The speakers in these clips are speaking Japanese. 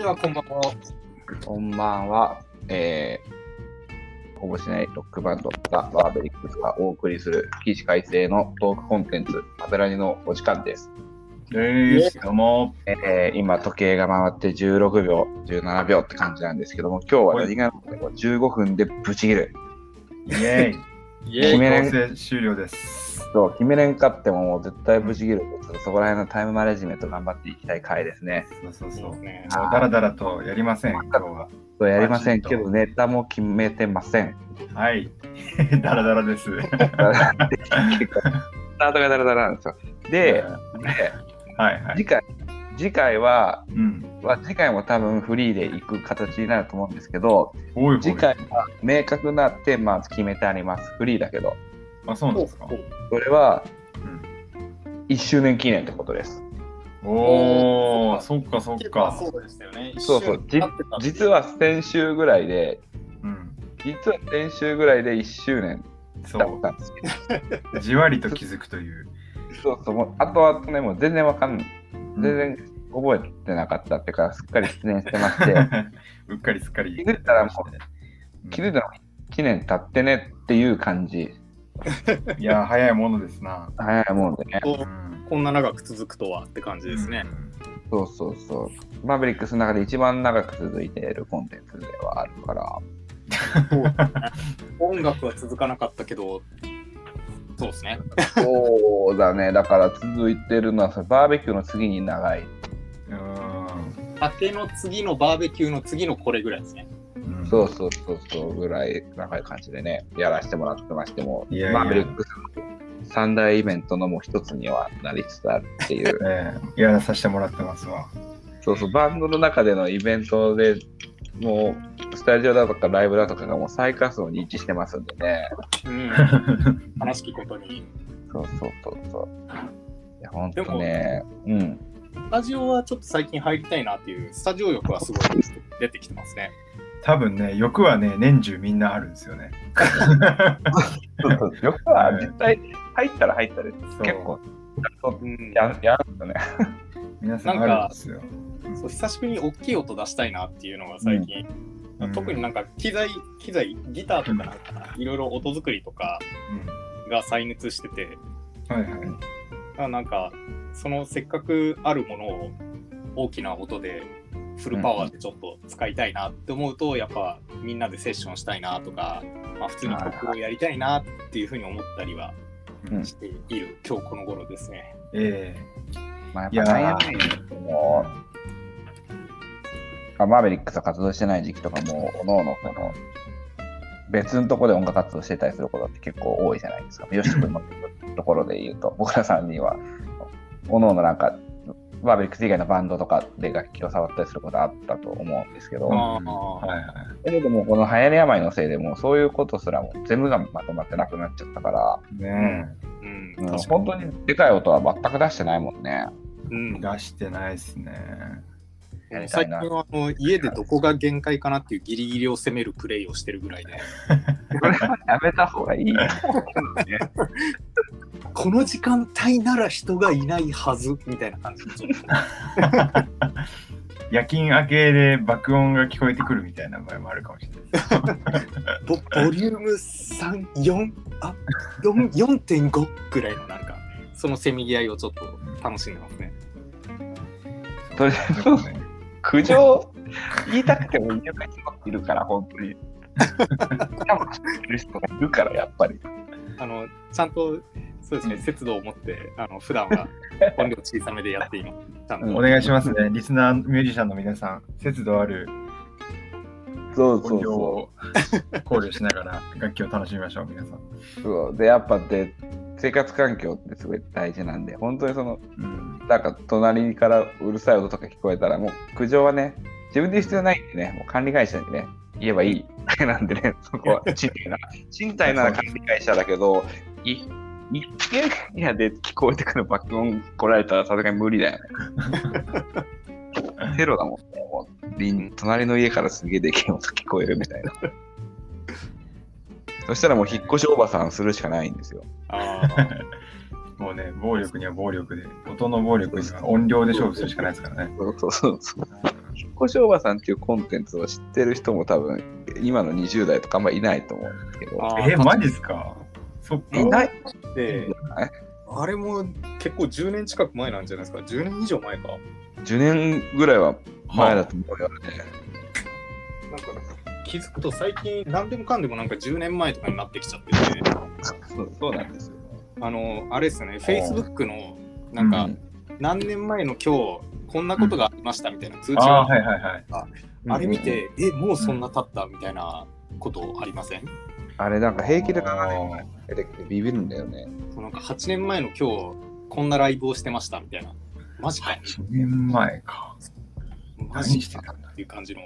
はこんばんは。 こんばんは。ほぼしないロックバンドザ・バーベリックスがお送りする起死回生のトークコンテンツアベラニのお時間です。 どうも。 今時計が回って16秒、17秒って感じなんですけども、今日は何が15分でブチ切る。 イエーイ。 決めれん構成終了です。 そう決めれんかってももう絶対ブチ切る。そこら辺のタイムマネジメント頑張っていきたい回ですね。 そう。もうダラダラとやりません、今日は。 そうやりませんけど、ネタも決めてません。 はい。ダラダラです。 スタートがダラダラなんですよ。で、次回は、次回も多分フリーで行く形になると思うんですけど、次回は明確なテーマを決めてあります。フリーだけど。 あ、そうなんですか。 それは、1周年記念ってことです。 おー、そっか。 そうでしたよね。 そう。実は先週ぐらいで、1周年だったんですけど。じわりと気づくという。 そう、もう後々ね、もう全然わかんない。全然覚えてなかったっていうか、すっかり失念してまして。 うっかりすっかり。 気づいたら1年経ってねっていう感じ。 いや、早いものですな。 早いものでね。 こんな長く続くとはって感じですね。 そう。マーベリックスの中で一番長く続いているコンテンツではあるから。 音楽は続かなかったけど、そうですね。 そうだね。だから続いてるのはバーベキューの次に長い。 酒の次のバーベキューの次のこれぐらいですね。 そうぐらい長い感じでね、やらせてもらってましても、マーベリックス三大イベントのもう一つにはなりつつあるっていう。 やらさせてもらってますわ。 そう、バンドの中でのイベントでもうスタジオだとかライブだとかがもう最下層に位置してますんでね。 悲しきことに。 そう。いや、ほんとね。 スタジオはちょっと最近入りたいなっていうスタジオ欲はすごい出てきてますね。 多分ね、欲はね、年中みんなあるんですよね。 欲は絶対入ったら結構やるんですよね。 皆さんあるんですよ。 そう久しぶりに大きい音出したいなっていうのが最近、特になんか機材ギターとかなんかいろいろ音作りとかが再熱してて、なんかそのせっかくあるものを大きな音でフルパワーでちょっと使いたいなって思うと、やっぱみんなでセッションしたいなとか、普通に曲をやりたいなっていうふうに思ったりはしている今日この頃ですね。 やっぱ悩みもマーベリックスが活動してない時期とかもおのおのその別のところで音楽活動してたりすることって結構多いじゃないですか。よし君のところで言うと、僕ら3人はおのおのなんかマーベリックス以外のバンドとかで楽器を触ったりすることあったと思うんですけど、でもこの流行り病のせいでもうそういうことすらも全部がまとまってなくなっちゃったから、本当にでかい音は全く出してないもんね。 出してないですね。 最近は家でどこが限界かなっていうギリギリを攻めるプレイをしてるぐらいで。 これはやめた方がいい。 この時間帯なら人がいないはずみたいな感じで夜勤明けで爆音が聞こえてくるみたいな場合もあるかもしれないボリューム3、4、4.5 ぐらいのなんかそのせめぎ合いをちょっと楽しんでますね。 それ苦情言いたくても言えない人がいるから本当に。多分知ってる人がいるからやっぱり。 ちゃんとそうですね、節度を持って普段は音量小さめでやっています。 お願いしますね。リスナーミュージシャンの皆さん、節度ある音量を考慮しながら楽器を楽しみましょう、皆さん。 そうでやっぱで生活環境ってすごい大事なんで、本当になんか隣からうるさい音とか聞こえたらもう苦情はね自分で必要ないんでね、もう管理会社にね言えばいいだけなんでね、そこは賃貸なら管理会社だけど一軒家で聞こえてくる爆音来られたらさすがに無理だよね。テロだもんね。もう隣の家からすげえでけえ音聞こえるみたいな。そしたらもう引っ越しおばさんするしかないんですよ。 もうね、暴力には暴力で、音の暴力には音量で勝負するしかないですからね。 そう。引っこしょうばさんっていうコンテンツを知ってる人も多分今の20代とかあんまいないと思うんですけど。 マジですか？そっか。 いないで、あれも結構10年近く前なんじゃないですか。10年以上前か。 10年ぐらいは前だと思うよね。 なんか気づくと最近何でもかんでもなんか10年前とかになってきちゃってて。 そうなんですよ。 あれですよね、Facebook のなんか、何年前の今日こんなことがありましたみたいな通知があれ見て、もうそんな経ったみたいなことありません？ あれなんか平気で7年前出てきてビビるんだよね。 そうなんか8年前の今日こんなライブをしてましたみたいな。マジか。 8年前か。 マジしてたっていう感じの。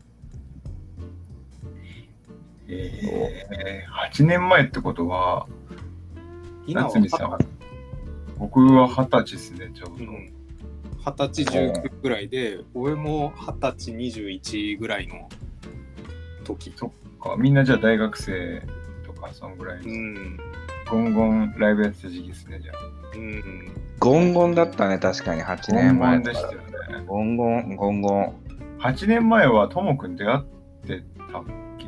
8年前ってことは、 夏美さん、僕は20歳ですね、ちょうど。 20歳19ぐらいで、俺も20歳21ぐらいの時。 そっか、みんなじゃあ大学生とか、そんぐらい。ゴンゴンライブやってた時期ですね、じゃあ。 ゴンゴンだったね、確かに8年前。 ゴンゴンでしたよね。 ゴンゴン。 8年前はともくん出会ってたっけ？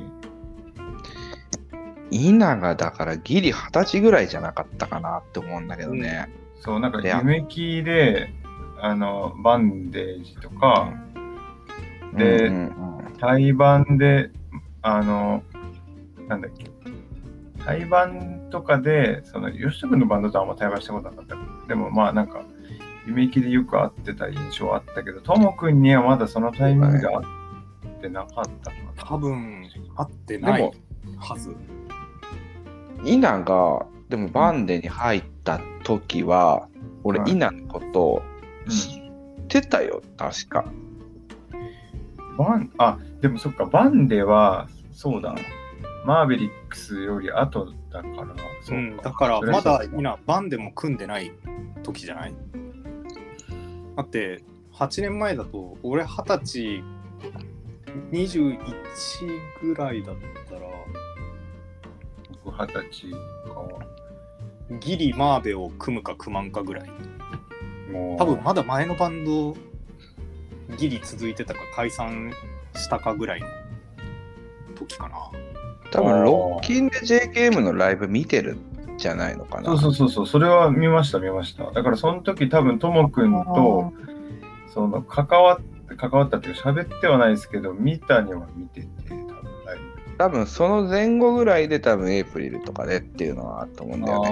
稲がだからギリ20歳ぐらいじゃなかったかなって思うんだけどね。 そう、なんか夢キで、バンデージとか、で、対バンで、なんだっけ、対バンとかで、吉田君のバンドとはあんま対バンしたことなかったけど、でもまあなんか、夢キでよく会ってた印象はあったけど、ともくんにはまだそのタイミングで会ってなかったかな。 多分、会ってないはず。 イナがでもバンデに入った時は、俺イナのこと知ってたよ、確か。 でもそっか、バンデはそうだ、マーベリックスより後だから、そうか。 だからまだイナバンデも組んでない時じゃない？だって8年前だと俺20歳21ぐらいだったら。 20歳か。 ギリマーベを組むか組まんかぐらい。多分まだ前のバンドギリ続いてたか解散したかぐらいの時かな。 多分ロッキンで JKM のライブ見てるんじゃないのかな。 そう、それは見ました。だからその時多分ともくんと関わったっていうか喋ってはないですけど、見たには見てて、 多分その前後ぐらいで多分エイプリルとかでっていうのはあると思うんだ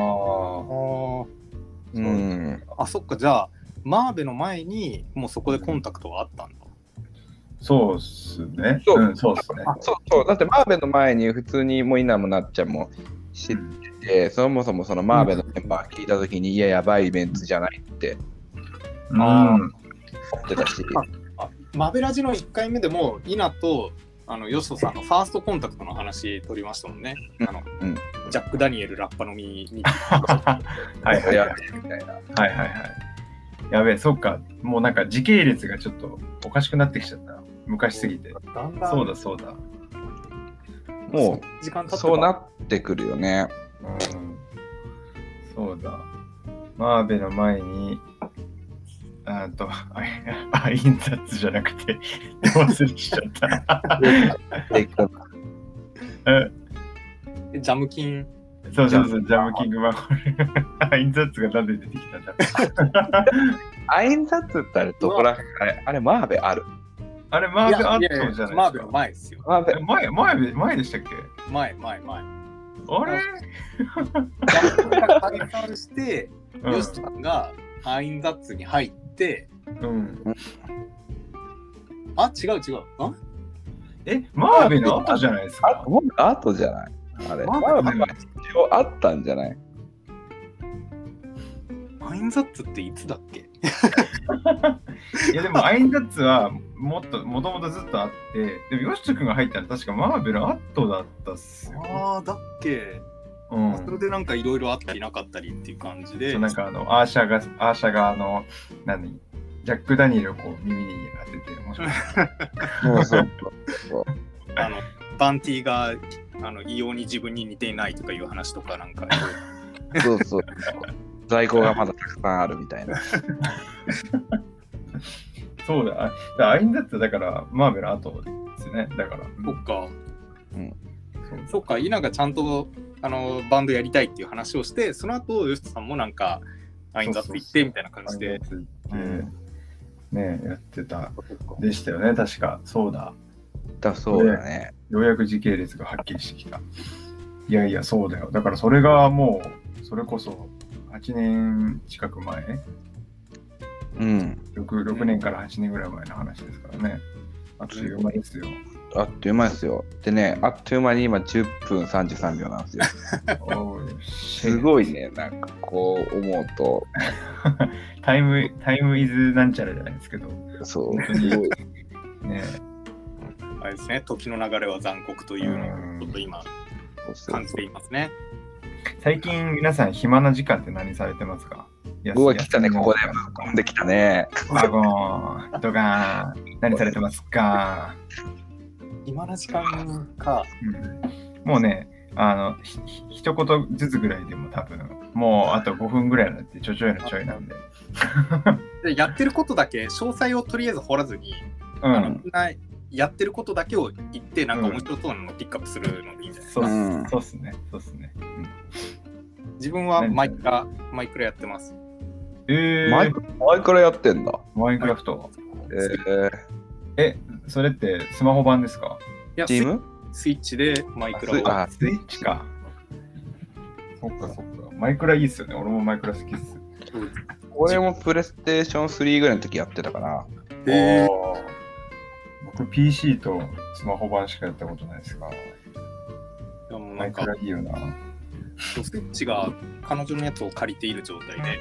よね。 そっか、じゃあマーベの前にもうそこでコンタクトがあったんだ。 そうっすね。そうっすね。 そうだってマーベの前に普通にもうイナもなっちゃんも知ってて、そもそもそのマーベのメンバー聞いた時に、いややばいイベントじゃないって思ってたし、 マベラジの1回目でもイナとヨシトさんのファーストコンタクトの話取りましたもんね。ジャック・ダニエルラッパ飲みにやべえ、そっか。もうなんか時系列がちょっとおかしくなってきちゃった。昔すぎて。そうだ。 もうそうなってくるよね。 そうだ。マーベの前にアインザッツじゃなくて忘れしちゃったジャムキン。 そうジャムキングマンホール。アインザッツがなんで出てきたんだ。 アインザッツってあれどこらあれマーベある？ あれマーベあったじゃないですか。 マーベの前ですよ。 前でしたっけ？ 前。 あれ？ ジャムキンが解散してヨシさんがアインザッツに入って、違う。 マーベの後じゃないですか。 後じゃない。あれ。マーベは一応あったんじゃない？ アインザッツっていつだっけ？ いやでもアインザッツはもともとずっとあって、でもヨシト君が入ったの確かマーベの後だったっすよ。 だっけ？それでなんかいろいろあったりなかったりっていう感じで、 なんかアーシャがジャック・ダニエルをこう耳に当てて面白い。 そうバンティが異様に自分に似ていないとかいう話とかなんかそう在庫がまだたくさんあるみたいな。 そうだ。アインだってだからマーベル後ですね。だから。 そっか。 うん。 そっか、稲がちゃんとバンドやりたいっていう話をして、その後吉田さんもなんかアインザッツ行ってみたいな感じで。 ねやってたでしたよね、確か。そうだ。 そうだね。 ようやく時系列がはっきりしてきた。いやいや、そうだよ。だからそれがもう、それこそ8年近く前、 うん、 6年から8年ぐらい前の話ですからね。あっという間ですよ。 あっという間ですよ。でね、あっという間に今10分33秒なんですよ。すごいね、なんかこう思うと。 タイムイズなんちゃらじゃないですけど。 そう、すごい。 ねあれですね、時の流れは残酷というのをちょっと今感じていますね。 最近皆さん暇な時間って何されてますか？ うわ、来たね、ここで飛んできたね。 ワゴン、ドガーン、何されてますか？ 暇な時間か。 もうね、一言ずつぐらいでも多分、もうあと5分ぐらいなんで、ちょいのちょいなんで。 でやってることだけ、詳細をとりあえず掘らずに、やってることだけを言って、なんか面白そうなのをピックアップするのでいいんじゃないですか。 そうっすね。 自分はマイクラやってます。 マイクラやってんだ。 マインクラフト。それってスマホ版ですか？ いや、 チーム？ スイッチでマイクラを。 スイッチか。そっか。マイクラいいっすよね。俺もマイクラ好きっす。 俺もプレイステーション3ぐらいの時やってたかな。 僕 PC とスマホ版しかやったことないですが。マイクラいいよな。 スイッチが彼女のやつを借りている状態で、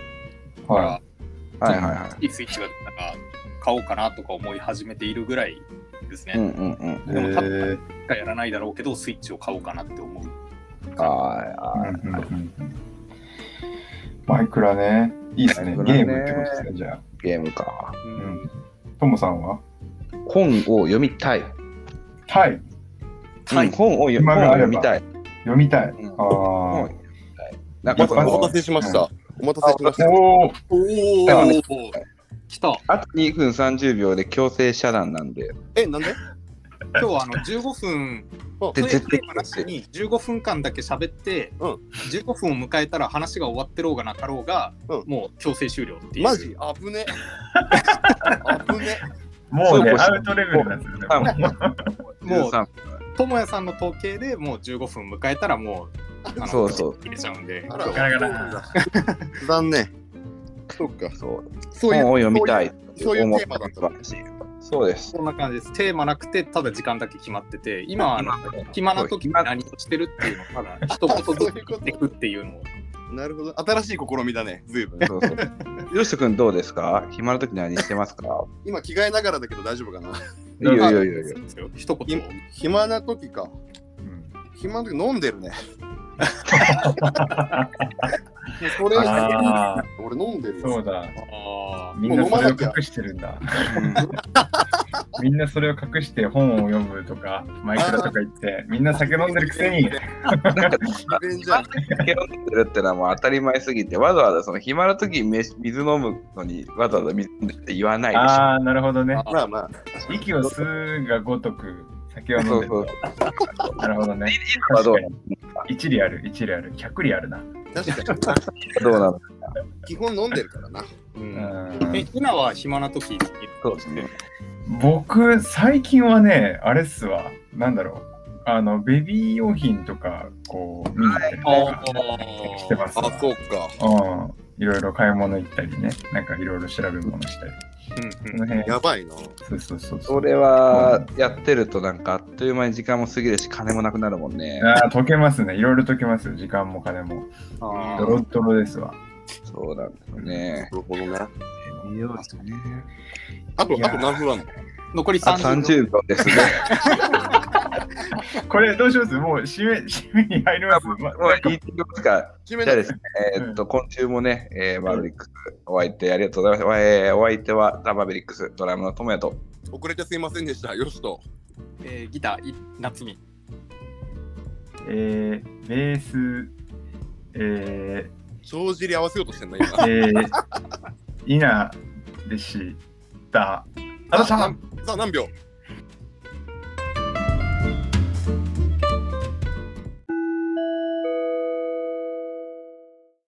はいいいスイッチが出たら買おうかなとか思い始めているぐらいですね。でも多分やらないだろうけど、スイッチを買おうかなって思う。 マイクラね。いいですね。ゲームってことですね、じゃあ。 ゲームか。 トモさんは？ 本を読みたい。本を読みたい。 読みたい。 お待たせしました。 来た。 あと2分30秒で強制遮断なんで。 なんで？ 今日は15分で絶対話に15分間だけ喋って、15分を迎えたら話が終わってろうがなかろうが、もう強制終了っていう。 マジ？危ね。 もうね、アウトレベルなんですよね。 もうともやさんの統計でもう15分迎えたらもうそう入れちゃうんで。 残念。そうか。 そういう本を読みたい。 そういうテーマだったらしい。 そうです。 そんな感じです。テーマなくて、ただ時間だけ決まってて、今は暇な時に何をしてるっていうのをただ一言ずつ言っていくっていうのを。 なるほど。新しい試みだね。随分。 よしとくんどうですか？暇な時何してますか？ 今着替えながらだけど大丈夫かな？ いや。 一言。 暇な時か。暇な時飲んでるね。それ俺飲んでるよ。 そうだ。みんなそれを隠してるんだ。みんなそれを隠して本を読むとかマイクラとか言ってみんな酒飲んでるくせに酒飲んでるってのはもう当たり前すぎて、わざわざその暇な時に水飲むのにわざわざ水飲んでって言わないでしょ。 ああ、なるほどね。 まあまあ息を吸うがごとく酒を飲んでる。なるほどね。一理ある。100理あるな。 確かに。 どうなの？ 基本飲んでるからな。 今は暇な時。 そうですね。 僕最近はね、あれっすわ。なんだろう。ベビー用品とかこう見に行ったりとかしてます。 そうか。いろいろ買い物行ったりね。なんかいろいろ調べ物したり。 やばいな。 そう。 それはやってるとなんかあっという間に時間も過ぎるし金もなくなるもんね。 溶けますね。いろいろ溶けますよ。時間も金も。ドロッドロですわ。 そうなんですよね。 なるほどね。 あと何分あるの？ 残り30 秒ですね。 これどうします？もう締めに入ります。 もう言ってみますか。じゃあですね、今週もね、マーベリックスお相手ありがとうございました。お相手はマーベリックスドラムのともやと。 遅れてすいませんでした。よしと。 ギター夏美。 ベース帳尻合わせようとしてんの今。 稲でした。 あとささあ何秒